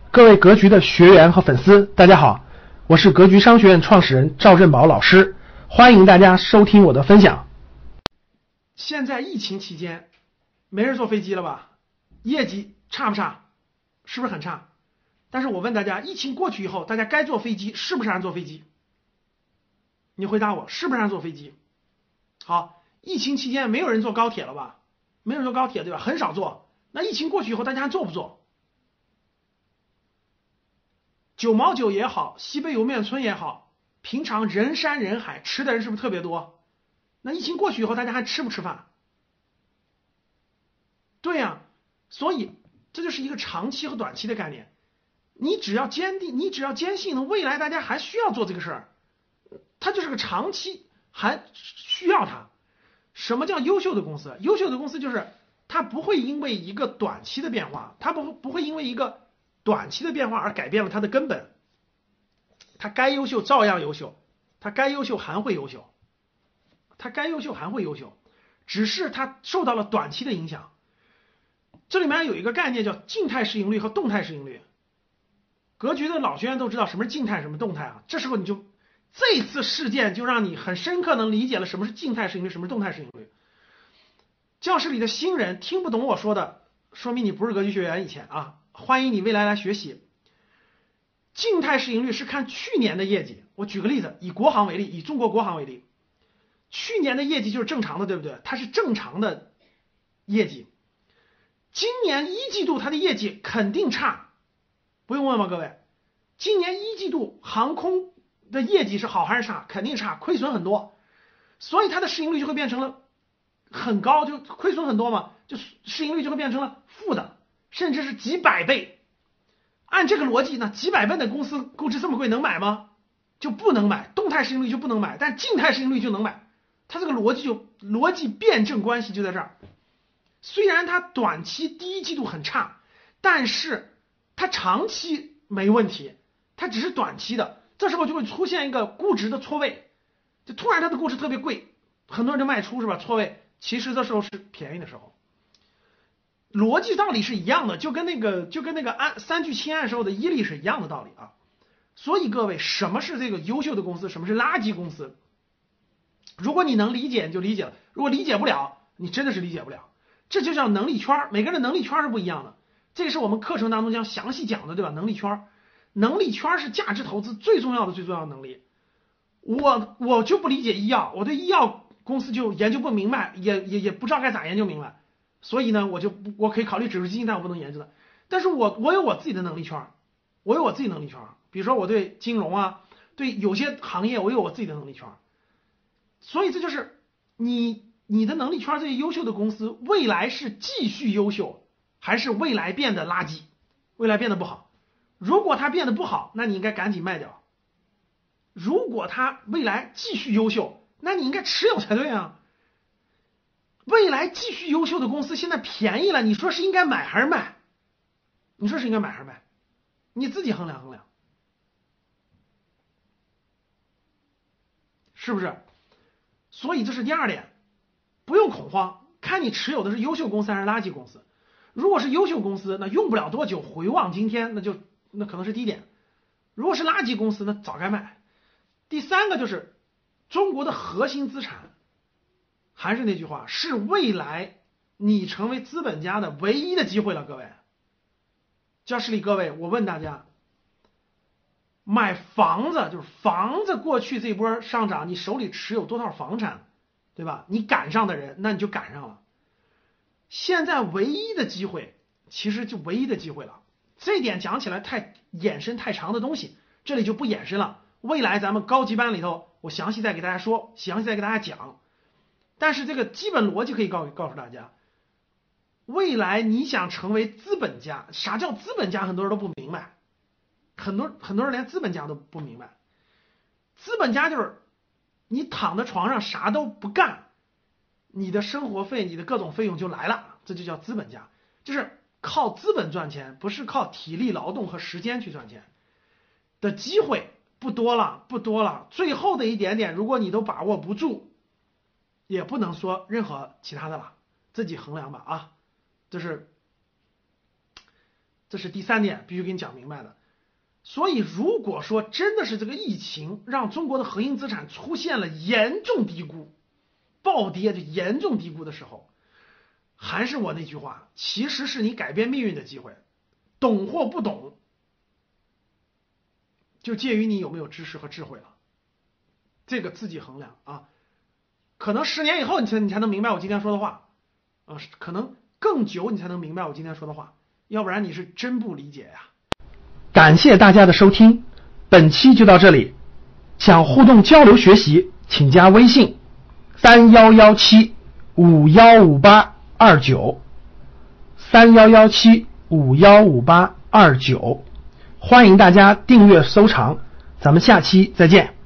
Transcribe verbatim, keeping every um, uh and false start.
各位格局的学员和粉丝，大家好，我是格局商学院创始人赵振宝老师，欢迎大家收听我的分享。现在疫情期间，没人坐飞机了吧？业绩差不差？是不是很差？但是我问大家，疫情过去以后，大家该坐飞机是不是还坐飞机？你回答我，是不是还坐飞机？好，疫情期间没有人坐高铁了吧？没有人坐高铁，对吧？很少坐。那疫情过去以后，大家还坐不坐？九毛九也好，西北莜面村也好，平常人山人海，吃的人是不是特别多？那疫情过去以后，大家还吃不吃饭？对呀、啊，所以这就是一个长期和短期的概念。你只要坚定，你只要坚信未来大家还需要做这个事儿，它就是个长期还需要它。什么叫优秀的公司？优秀的公司就是它不会因为一个短期的变化，它不不会因为一个短期的变化而改变了它的根本。它该优秀照样优秀，它该优秀还会优秀，它该优秀还会优秀，只是它受到了短期的影响。这里面有一个概念叫静态市盈率和动态市盈率。格局的老学员都知道什么是静态，什么动态啊。这时候你就这次事件就让你很深刻能理解了什么是静态市盈率，什么是动态市盈率。教室里的新人听不懂我说的，说明你不是格局学员以前啊，欢迎你未来来学习。静态市盈率是看去年的业绩。我举个例子，以国航为例，以中国国航为例，去年的业绩就是正常的，对不对？它是正常的业绩。今年一季度它的业绩肯定差，不用问吧，各位。今年一季度航空的业绩是好还是差？肯定差，亏损很多，所以它的市盈率就会变成了很高，就亏损很多嘛，就市盈率就会变成了负的，甚至是几百倍。按这个逻辑呢，几百倍的公司估值这么贵，能买吗？就不能买。动态市盈率就不能买，但静态市盈率就能买。它这个逻辑就逻辑辩证关系就在这儿。虽然它短期第一季度很差，但是它长期没问题，它只是短期的。这时候就会出现一个估值的错位，就突然它的估值特别贵，很多人就卖出，是吧？错位，其实这时候是便宜的时候。逻辑道理是一样的，就跟那个就跟那个安三聚氰胺时候的伊利是一样的道理啊。所以各位，什么是这个优秀的公司，什么是垃圾公司？如果你能理解，你就理解了；如果理解不了，你真的是理解不了。这就叫能力圈，每个人的能力圈是不一样的。这个是我们课程当中将详细讲的，对吧？能力圈，能力圈是价值投资最重要的最重要的能力。我我就不理解医药，我对医药公司就研究不明白，也也也不知道该咋研究明白。所以呢，我就我可以考虑指数基金，但我不能研究的。但是我我有我自己的能力圈，我有我自己能力圈。比如说我对金融啊，对有些行业我有我自己的能力圈。所以这就是你你的能力圈，这些优秀的公司未来是继续优秀，还是未来变得垃圾，未来变得不好？如果它变得不好，那你应该赶紧卖掉。如果它未来继续优秀，那你应该持有才对啊。未来继续优秀的公司现在便宜了，你说是应该买还是卖？你说是应该买还是卖？你自己衡量衡量，是不是？所以这是第二点，不用恐慌，看你持有的是优秀公司还是垃圾公司。如果是优秀公司，那用不了多久回望今天，那就那可能是低点。如果是垃圾公司，那早该卖。第三个就是中国的核心资产，还是那句话，是未来你成为资本家的唯一的机会了。各位教室里各位，我问大家，买房子，就是房子过去这波上涨，你手里持有多少房产，对吧？你赶上的人，那你就赶上了。现在唯一的机会，其实就唯一的机会了。这一点讲起来太延伸太长的东西，这里就不延伸了。未来咱们高级班里头，我详细再给大家说，详细再给大家讲。但是这个基本逻辑可以告告诉大家，未来你想成为资本家，啥叫资本家？很多人都不明白，很多很多人连资本家都不明白。资本家就是你躺在床上啥都不干，你的生活费、你的各种费用就来了，这就叫资本家，就是靠资本赚钱，不是靠体力劳动和时间去赚钱的机会不多了，不多了。最后的一点点，如果你都把握不住，也不能说任何其他的了，自己衡量吧啊。这是这是第三点必须给你讲明白的。所以如果说真的是这个疫情让中国的核心资产出现了严重低估，暴跌就严重低估的时候，还是我那句话，其实是你改变命运的机会，懂或不懂就介于你有没有知识和智慧了，这个自己衡量啊。可能十年以后你才你才能明白我今天说的话啊，可能更久你才能明白我今天说的话，要不然你是真不理解呀。感谢大家的收听，本期就到这里。想互动交流学习，请加微信三幺幺七五幺五八二九三幺幺七五幺五八二九，欢迎大家订阅收藏，咱们下期再见。